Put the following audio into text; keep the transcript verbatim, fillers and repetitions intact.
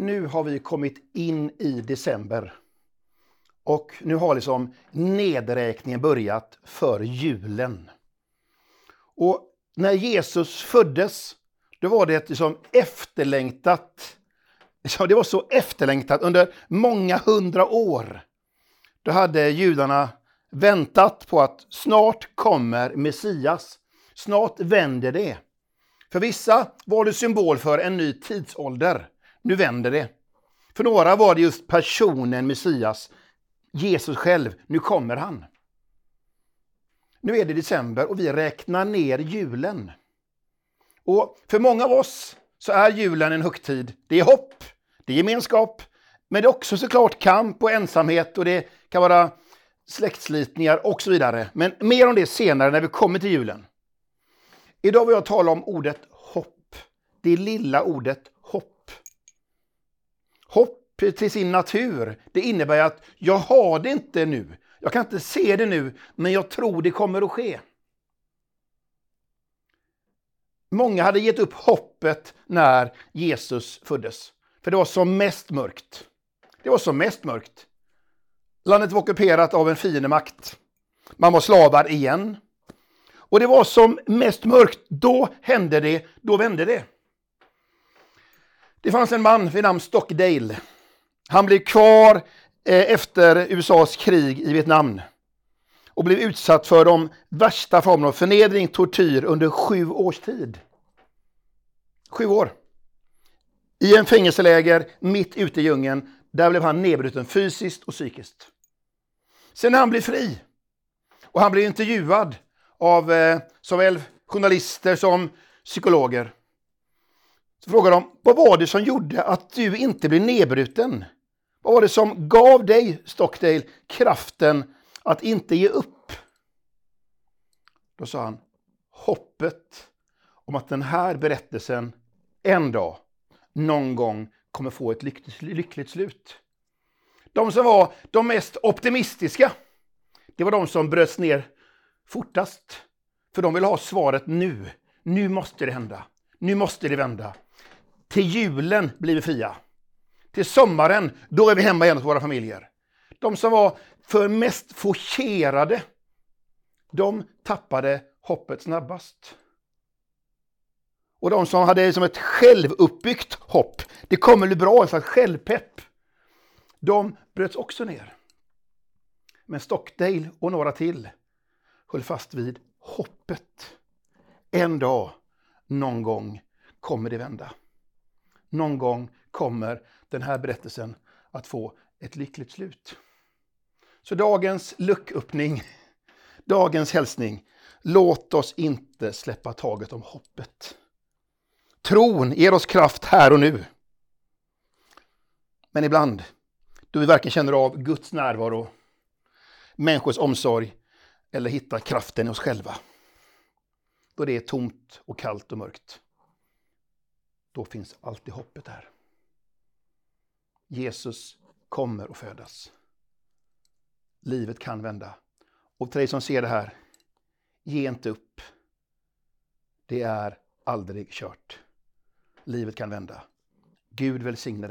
nu har vi kommit in i december. Och nu har liksom nedräkningen börjat för julen. Och när Jesus föddes, då var det ett liksom efterlängtat, det var så efterlängtat under många hundra år. Då hade judarna väntat på att snart kommer Messias. Snart vänder det. För vissa var det symbol för en ny tidsålder. Nu vänder det. För några var det just personen Messias, Jesus själv. Nu kommer han. Nu är det december och vi räknar ner julen. Och för många av oss så är julen en högtid. Det är hopp, det är gemenskap, men det är också såklart kamp och ensamhet och det kan vara släktslitningar och så vidare. Men mer om det senare när vi kommer till julen. Idag vill jag tala om ordet hopp. Det lilla ordet hopp. Hopp till sin natur. Det innebär att jag har det inte nu. Jag kan inte se det nu, men jag tror det kommer att ske. Många hade gett upp hoppet när Jesus föddes. För det var som mest mörkt. Det var som mest mörkt. Landet var ockuperat av en fiendemakt. Man var slavar igen. Och det var som mest mörkt. Då hände det, då vände det. Det fanns en man vid namn Stockdale. Han blev kvar efter U S A:s krig i Vietnam. Och blev utsatt för de värsta formerna av förnedring, tortyr under sju års tid. Sju år. I en fängelseläger mitt ute i djungeln. Där blev han nedbruten fysiskt och psykiskt. Sen när han blev fri. Och han blev intervjuad av eh, såväl journalister som psykologer. Så frågar de, vad var det som gjorde att du inte blev nedbruten? Vad var det som gav dig, Stockdale, kraften att inte ge upp? Då sa han, hoppet om att den här berättelsen en dag, någon gång, kommer få ett lyckligt, lyckligt slut. De som var de mest optimistiska, det var de som bröts ner fortast. För de vill ha svaret nu. Nu måste det hända. Nu måste det vända. Till julen blir vi fria. Till sommaren, då är vi hemma igen hos våra familjer. De som var för mest forcerade, de tappade hoppet snabbast. Och de som hade som ett självuppbyggt hopp, det kommer bli bra, en slags självpepp, de bröts också ner. Men Stockdale och några till höll fast vid hoppet. En dag, någon gång, kommer det vända. Någon gång kommer den här berättelsen att få ett lyckligt slut. Så dagens lucköppning, dagens hälsning, låt oss inte släppa taget om hoppet. Tron ger oss kraft här och nu. Men ibland, då vi varken känner av Guds närvaro, människors omsorg eller hittar kraften i oss själva. Då det är tomt och kallt och mörkt. Då finns alltid hoppet där. Jesus kommer att födas. Livet kan vända. Och till dig som ser det här, ge inte upp. Det är aldrig kört. Livet kan vända. Gud välsigne dig.